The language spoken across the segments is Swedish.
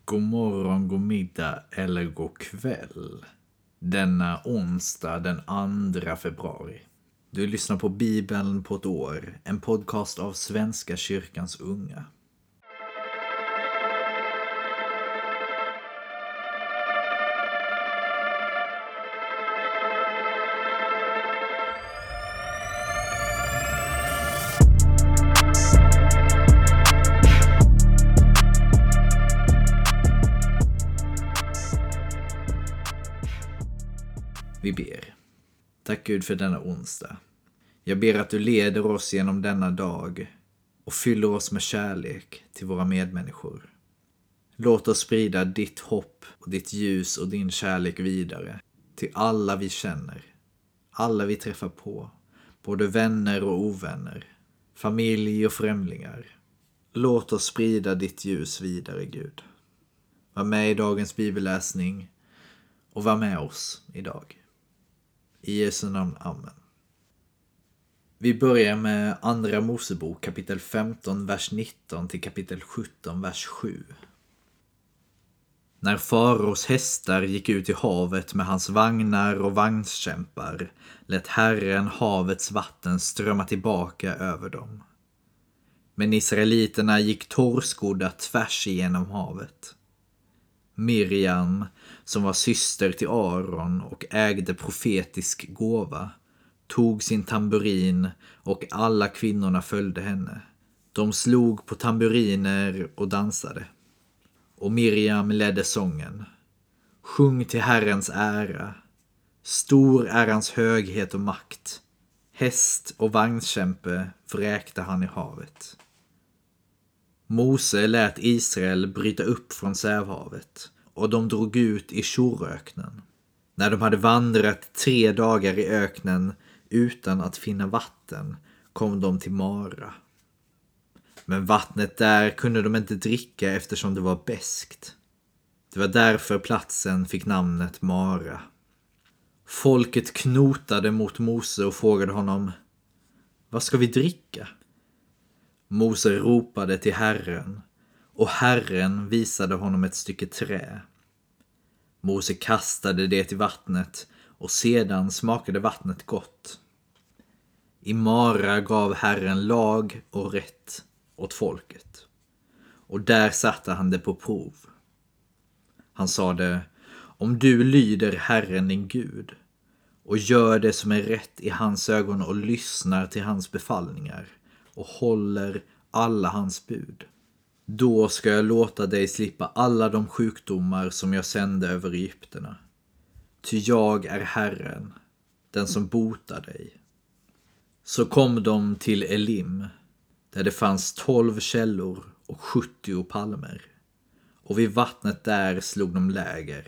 God morgon, god middag eller god kväll. Denna onsdag den 2 februari. Du lyssnar på Bibeln på ett år, en podcast av Svenska kyrkans unga. Vi ber. Tack Gud för denna onsdag. Jag ber att du leder oss genom denna dag och fyller oss med kärlek till våra medmänniskor. Låt oss sprida ditt hopp och ditt ljus och din kärlek vidare till alla vi känner, alla vi träffar på, både vänner och ovänner, familj och främlingar. Låt oss sprida ditt ljus vidare, Gud. Var med i dagens bibelläsning och var med oss idag. I Jesu namn, amen. Vi börjar med Andra Mosebok kapitel 15, vers 19 till kapitel 17, vers 7. När faraos hästar gick ut i havet med hans vagnar och vagnskämpar lät Herren havets vatten strömma tillbaka över dem. Men israeliterna gick torrskodda tvärs igenom havet. Miriam, som var syster till Aron och ägde profetisk gåva, tog sin tamburin och alla kvinnorna följde henne. De slog på tamburiner och dansade. Och Miriam ledde sången. Sjung till Herrens ära. Stor är hans höghet och makt. Häst och vagnskämpe vräkte han i havet. Mose lät Israel bryta upp från Sävhavet och de drog ut i Shoröknen. När de hade vandrat 3 dagar i öknen utan att finna vatten kom de till Mara. Men vattnet där kunde de inte dricka eftersom det var beskt. Det var därför platsen fick namnet Mara. Folket knotade mot Mose och frågade honom: vad ska vi dricka? Mose ropade till Herren och Herren visade honom ett stycke trä. Mose kastade det i vattnet och sedan smakade vattnet gott. I Mara gav Herren lag och rätt åt folket. Och där satte han det på prov. Han sade: om du lyder Herren din Gud och gör det som är rätt i hans ögon och lyssnar till hans befallningar och håller alla hans bud, då ska jag låta dig slippa alla de sjukdomar som jag sände över Egypterna. Ty jag är Herren, den som botar dig. Så kom de till Elim, där det fanns 12 källor och 70 palmer, och vid vattnet där slog de läger.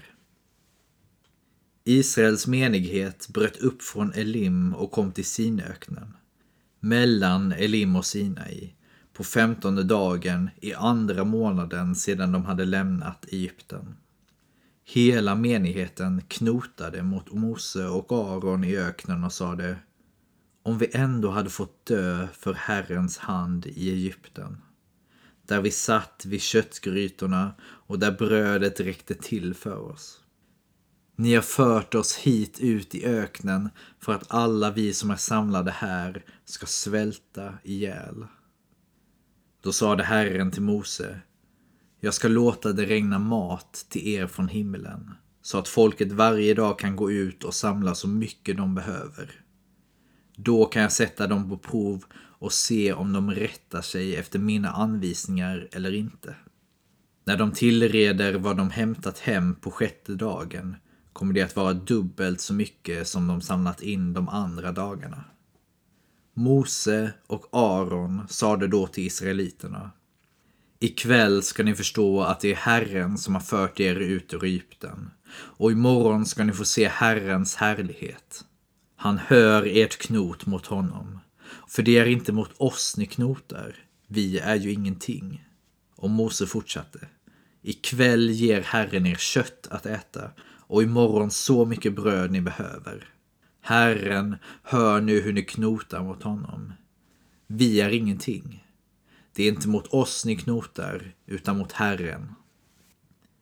Israels menighet bröt upp från Elim och kom till Sinöknen, mellan Elim och Sinai, på 15:e dagen i 2:a månaden sedan de hade lämnat Egypten. Hela menigheten knotade mot Mose och Aron i öknen och sade: om vi ändå hade fått dö för Herrens hand i Egypten, där vi satt vid köttgrytorna och där brödet räckte till för oss. Ni har fört oss hit ut i öknen för att alla vi som är samlade här ska svälta ihjäl. Då sade Herren till Mose: jag ska låta det regna mat till er från himlen, så att folket varje dag kan gå ut och samla så mycket de behöver. Då kan jag sätta dem på prov och se om de rättar sig efter mina anvisningar eller inte. När de tillreder vad de hämtat hem på 6:e dagen kommer det att vara dubbelt så mycket som de samlat in de andra dagarna. Mose och Aron sade då till israeliterna: ikväll ska ni förstå att det är Herren som har fört er ut ur Egypten, och imorgon ska ni få se Herrens härlighet. Han hör ert knot mot honom, för det är inte mot oss ni knotar, vi är ju ingenting. Och Mose fortsatte: ikväll ger Herren er kött att äta, och imorgon så mycket bröd ni behöver. Herren hör nu hur ni knotar mot honom. Vi är ingenting. Det är inte mot oss ni knotar, utan mot Herren.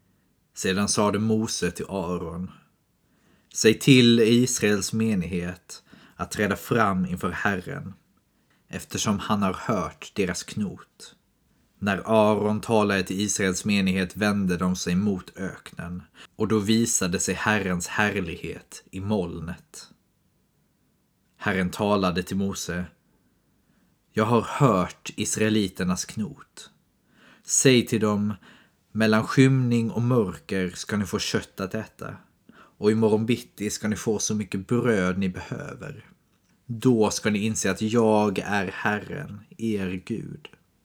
Sedan sade Mose till Aron: säg till Israels menighet att träda fram inför Herren, eftersom han har hört deras knot. När Aron talade till Israels menighet vände de sig mot öknen, och då visade sig Herrens härlighet i molnet. Herren talade till Mose: jag har hört israeliternas knot. Säg till dem: mellan skymning och mörker ska ni få kött att äta, och imorgon bitti ska ni få så mycket bröd ni behöver. Då ska ni inse att jag är Herren, er Gud.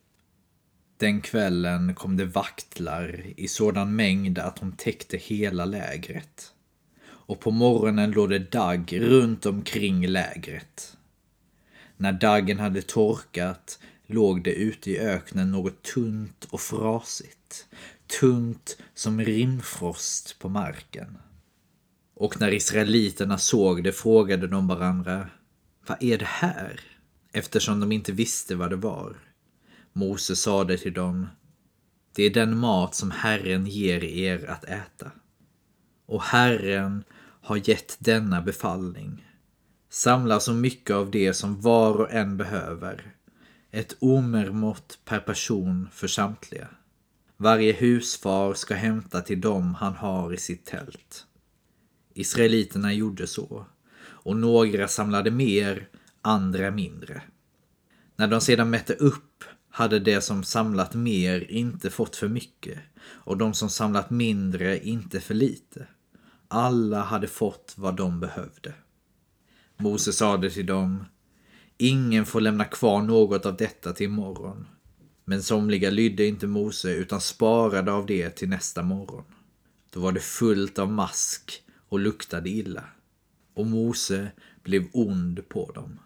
Den kvällen kom det vaktlar i sådan mängd att de täckte hela lägret. Och på morgonen låg det dagg runt omkring lägret. När daggen hade torkat låg det ute i öknen något tunt och frasigt, tunt som rimfrost på marken. Och när israeliterna såg det frågade de varandra: vad är det här? Eftersom de inte visste vad det var. Mose sade till dem: det är den mat som Herren ger er att äta. Och Herren har gett denna befallning: samla så mycket av det som var och en behöver, ett omermått per person för samtliga. Varje husfar ska hämta till dem han har i sitt tält. Israeliterna gjorde så, och några samlade mer, andra mindre. När de sedan mätte upp hade de som samlat mer inte fått för mycket, och de som samlat mindre inte för lite. Alla hade fått vad de behövde. Mose sade till dem: ingen får lämna kvar något av detta till imorgon. Men somliga lydde inte Mose utan sparade av det till nästa morgon. Då var det fullt av mask och luktade illa, och Mose blev ond på dem.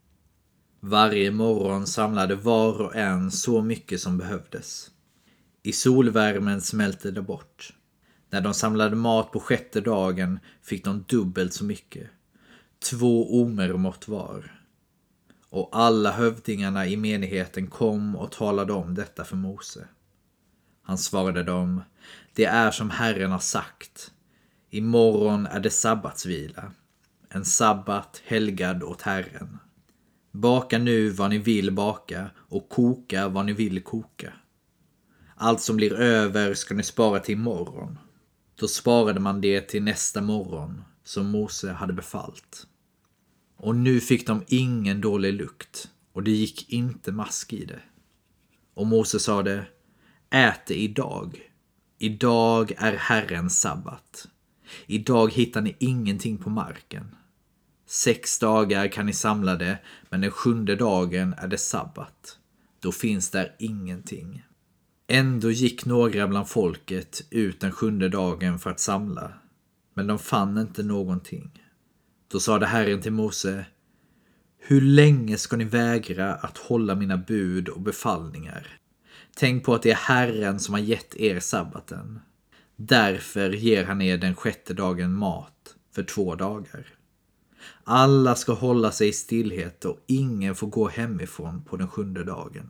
Varje morgon samlade var och en så mycket som behövdes. I solvärmen smälte det bort. När de samlade mat på 6:e dagen fick de dubbelt så mycket, 2 omermått var. Och alla hövdingarna i menigheten kom och talade om detta för Mose. Han svarade dem: det är som Herren har sagt. Imorgon är det sabbatsvila, en sabbat helgad åt Herren. Baka nu vad ni vill baka och koka vad ni vill koka. Allt som blir över ska ni spara till imorgon. Då sparade man det till nästa morgon, som Mose hade befallt. Och nu fick de ingen dålig lukt, och det gick inte mask i det. Och Mose sade: ät det idag. Idag är Herrens sabbat. Idag hittar ni ingenting på marken. 6 dagar kan ni samla det, men den 7:e dagen är det sabbat. Då finns där ingenting. Ändå gick några bland folket ut den 7:e dagen för att samla, men de fann inte någonting. Då sade Herren till Mose: hur länge ska ni vägra att hålla mina bud och befallningar? Tänk på att det är Herren som har gett er sabbaten. Därför ger han er den 6:e dagen mat för 2 dagar. Alla ska hålla sig i stillhet och ingen får gå hemifrån på den 7:e dagen.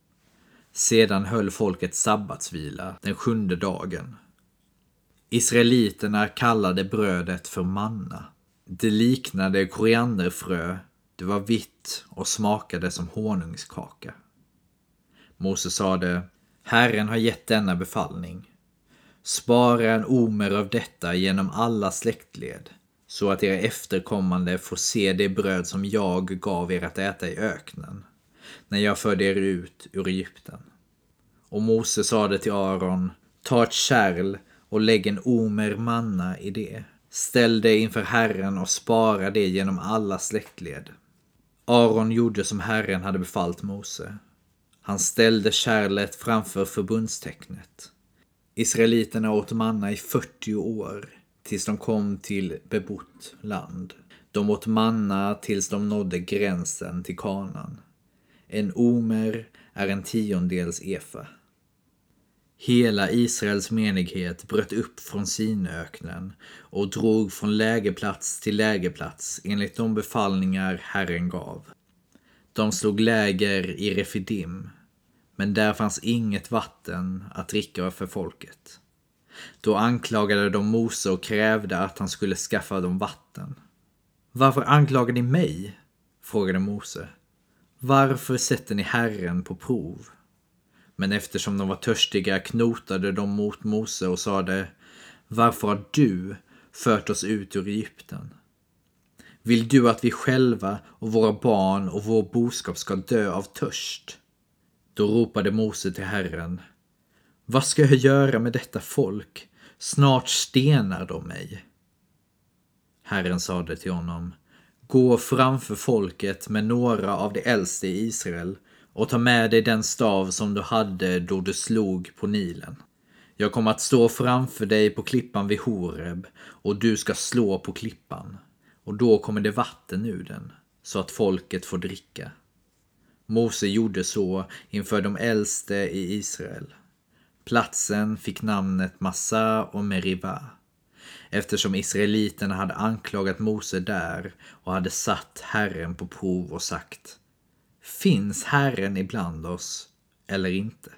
Sedan höll folket sabbatsvila den 7:e dagen. Israeliterna kallade brödet för manna. Det liknade korianderfrö, det var vitt och smakade som honungskaka. Mose sade: Herren har gett denna befallning. Spara en omer av detta genom alla släktled, så att era efterkommande får se det bröd som jag gav er att äta i öknen, när jag förde er ut ur Egypten. Och Mose sade till Aron: ta ett kärl och lägg en omer manna i det. Ställ det inför Herren och spara det genom alla släktled. Aron gjorde som Herren hade befallt Mose. Han ställde kärlet framför förbundstecknet. Israeliterna åt manna i 40 år, tills de kom till bebott land. De åt manna tills de nådde gränsen till Kanan. En omer är en 10/10 efa. Hela Israels menighet bröt upp från Sinöknen och drog från lägerplats till lägerplats enligt de befallningar Herren gav. De slog läger i Refidim, men där fanns inget vatten att dricka för folket. Då anklagade de Mose och krävde att han skulle skaffa dem vatten. Varför anklagar ni mig? Frågade Mose. Varför sätter ni Herren på prov? Men eftersom de var törstiga knotade de mot Mose och sade: Varför har du fört oss ut ur Egypten? Vill du att vi själva och våra barn och vår boskap ska dö av törst? Då ropade Mose till Herren: Vad ska jag göra med detta folk? Snart stenar de mig. Herren sade till honom: Gå framför folket med några av de äldste i Israel och ta med dig den stav som du hade då du slog på Nilen. Jag kommer att stå framför dig på klippan vid Horeb och du ska slå på klippan. Och då kommer det vatten ur den, så att folket får dricka. Mose gjorde så inför de äldste i Israel. Platsen fick namnet Massa och Meriva, eftersom israeliterna hade anklagat Mose där och hade satt Herren på prov och sagt: Finns Herren ibland oss eller inte?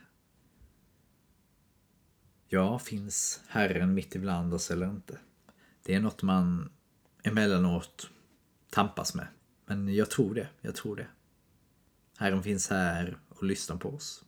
Ja, finns Herren mitt ibland oss eller inte? Det är något man emellanåt tampas med. Men jag tror det. Herren finns här och lyssnar på oss.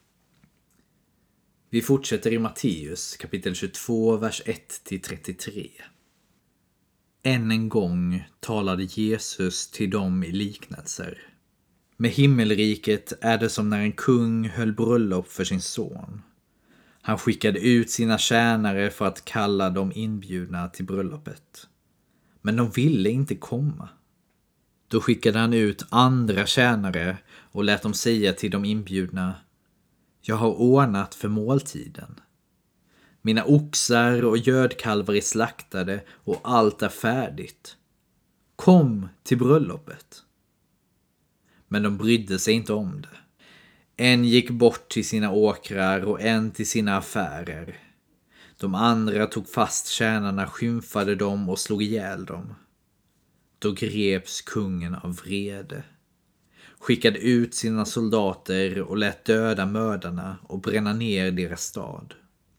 Vi fortsätter i Matteus kapitel 22, vers 1-33. Än en gång talade Jesus till dem i liknelser. Med himmelriket är det som när en kung höll bröllop för sin son. Han skickade ut sina tjänare för att kalla de inbjudna till bröllopet. Men de ville inte komma. Då skickade han ut andra tjänare och lät dem säga till de inbjudna: Jag har ordnat för måltiden. Mina oxar och gödkalvar är slaktade och allt är färdigt. Kom till bröllopet. Men de brydde sig inte om det. En gick bort till sina åkrar och en till sina affärer. De andra tog fast tjänarna, skymfade dem och slog ihjäl dem. Då greps kungen av vrede, skickade ut sina soldater och lät döda mördarna och bränna ner deras stad.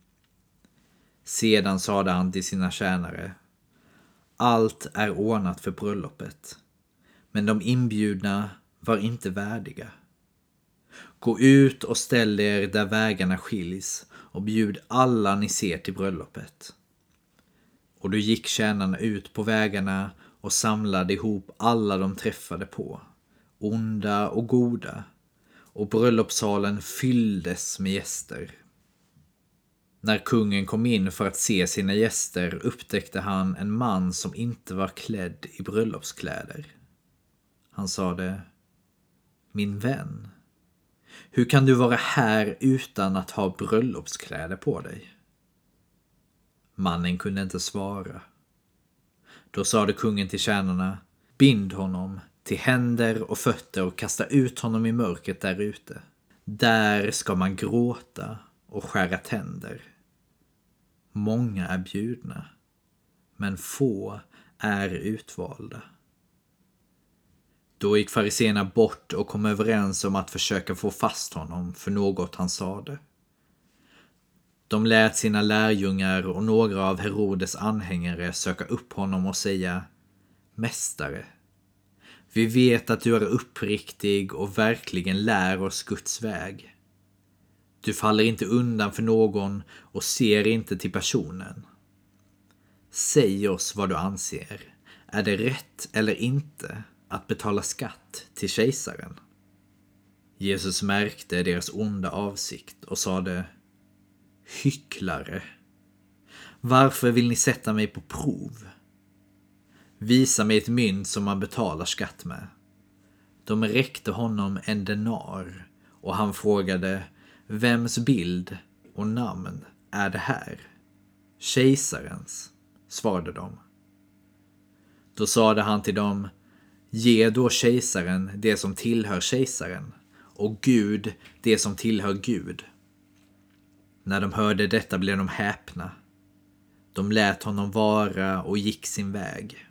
Sedan sade han till sina tjänare: Allt är ordnat för bröllopet, men de inbjudna var inte värdiga. Gå ut och ställ er där vägarna skiljs och bjud alla ni ser till bröllopet. Och då gick tjänarna ut på vägarna och samlade ihop alla de träffade på, onda och goda, och bröllopssalen fylldes med gäster. När kungen kom in för att se sina gäster upptäckte han en man som inte var klädd i bröllopskläder. Han sade: Min vän, hur kan du vara här utan att ha bröllopskläder på dig? Mannen kunde inte svara. Då sade kungen till tjänarna: Bind honom till händer och fötter och kasta ut honom i mörkret där ute. Där ska man gråta och skära tänder. Många är bjudna, men få är utvalda. Då gick fariséerna bort och kom överens om att försöka få fast honom för något han sade. De lät sina lärjungar och några av Herodes anhängare söka upp honom och säga: Mästare, vi vet att du är uppriktig och verkligen lär oss Guds väg. Du faller inte undan för någon och ser inte till personen. Säg oss vad du anser. Är det rätt eller inte att betala skatt till kejsaren? Jesus märkte deras onda avsikt och sade: Hycklare, varför vill ni sätta mig på prov? Visa mig ett mynt som man betalar skatt med. De räckte honom en denar och han frågade: Vems bild och namn är det här? Kejsarens, svarade de. Då sade han till dem: Ge då kejsaren det som tillhör kejsaren och Gud det som tillhör Gud. När de hörde detta blev de häpna. De lät honom vara och gick sin väg.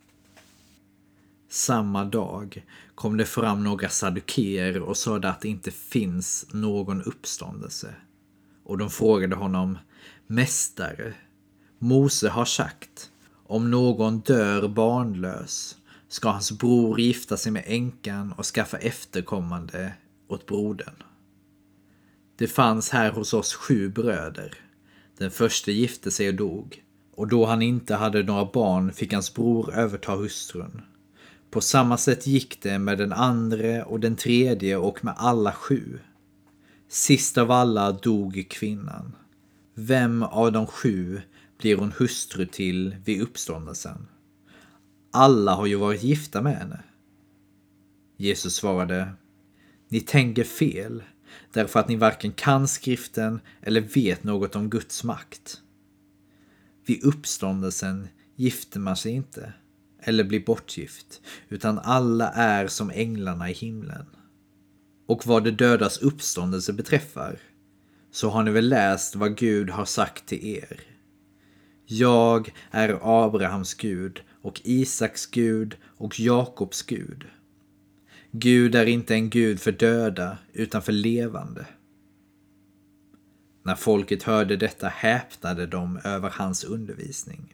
Samma dag kom det fram några saddukeer och sade att det inte finns någon uppståndelse. Och de frågade honom: Mästare, Mose har sagt, om någon dör barnlös ska hans bror gifta sig med änkan och skaffa efterkommande åt brodern. Det fanns här hos oss 7 bröder. Den första gifte sig och dog, och då han inte hade några barn fick hans bror överta hustrun. På samma sätt gick det med den andra och den tredje och med alla 7. Sist av alla dog kvinnan. Vem av de 7 blir hon hustru till vid uppståndelsen? Alla har ju varit gifta med henne. Jesus svarade, ni tänker fel, därför att ni varken kan skriften eller vet något om Guds makt. Vid uppståndelsen gifter man sig inte eller blir bortgift, utan alla är som änglarna i himlen. Och vad det dödas uppståndelse beträffar, så har ni väl läst vad Gud har sagt till er. Jag är Abrahams Gud och Isaks Gud och Jakobs Gud. Gud är inte en Gud för döda utan för levande. När folket hörde detta häpnade de över hans undervisning.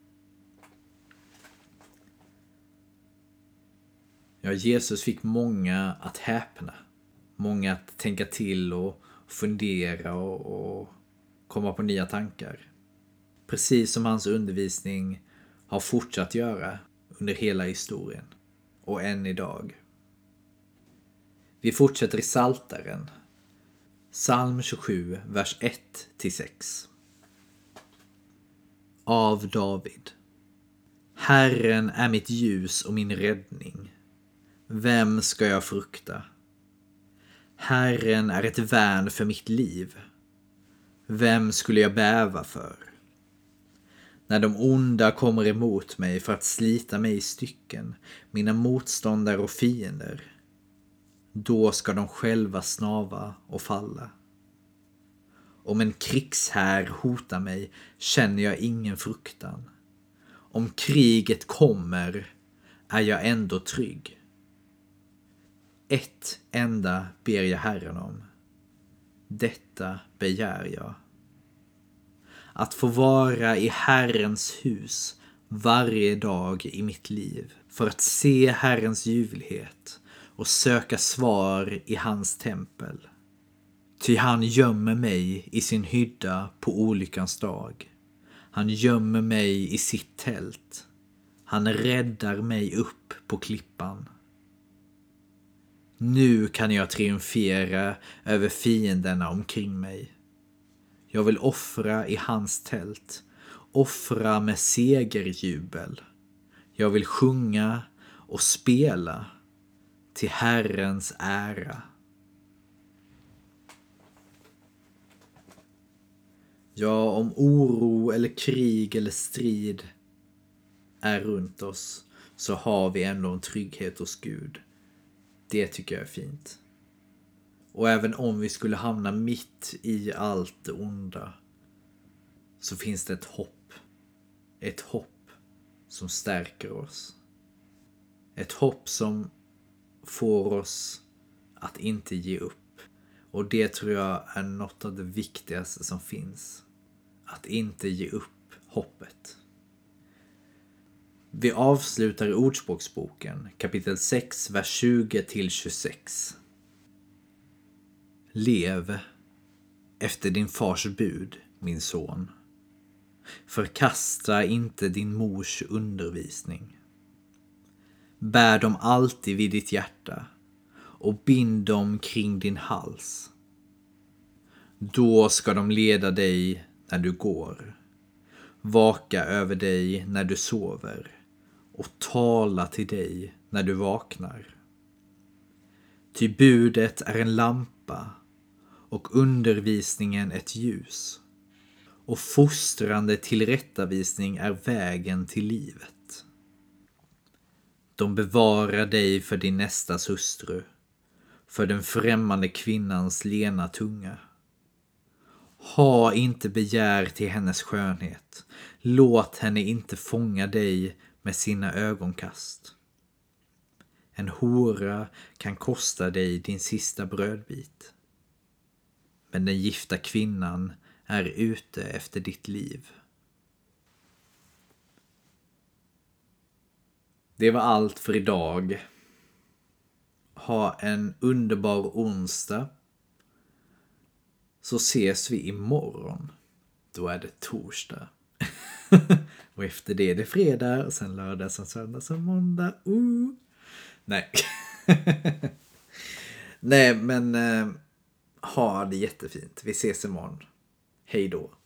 Ja, Jesus fick många att häpna. Många att tänka till och fundera och komma på nya tankar. Precis som hans undervisning har fortsatt göra under hela historien och än idag. Vi fortsätter i Psaltaren. Psalm 27, vers 1-6. Av David. Herren är mitt ljus och min räddning. Vem ska jag frukta? Herren är ett värn för mitt liv. Vem skulle jag bäva för? När de onda kommer emot mig för att slita mig i stycken, mina motståndare och fiender, då ska de själva snava och falla. Om en krigshär hotar mig känner jag ingen fruktan. Om kriget kommer är jag ändå trygg. Ett enda ber jag Herren om. Detta begär jag. Att få vara i Herrens hus varje dag i mitt liv för att se Herrens ljuvlighet och söka svar i hans tempel. Ty han gömmer mig i sin hydda på olyckans dag. Han gömmer mig i sitt tält. Han räddar mig upp på klippan. Nu kan jag triumfera över fienderna omkring mig. Jag vill offra i hans tält, offra med segerjubel. Jag vill sjunga och spela till Herrens ära. Ja, om oro eller krig eller strid är runt oss så har vi ändå en trygghet hos Gud. Det tycker jag är fint. Och även om vi skulle hamna mitt i allt det onda så finns det ett hopp. Ett hopp som stärker oss. Ett hopp som får oss att inte ge upp. Och det tror jag är något av det viktigaste som finns. Att inte ge upp hoppet. Vi avslutar Ordspråksboken, kapitel 6, vers 20-26. Lev efter din fars bud, min son. Förkasta inte din mors undervisning. Bär dem alltid vid ditt hjärta och bind dem kring din hals. Då ska de leda dig när du går, vaka över dig när du sover och tala till dig när du vaknar. Ty budet är en lampa och undervisningen ett ljus, och fostrande tillrättavisning är vägen till livet. De bevarar dig för din nästas hustru, för den främmande kvinnans lena tunga. Ha inte begär till hennes skönhet, låt henne inte fånga dig med sina ögonkast. En hora kan kosta dig din sista brödbit, men den gifta kvinnan är ute efter ditt liv. Det var allt för idag. Ha en underbar onsdag. Så ses vi imorgon. Då är det torsdag. Och efter det är det fredag. Och sen lördag, sen söndag, sen måndag. Nej. Nej, men ha det jättefint. Vi ses imorgon. Hej då.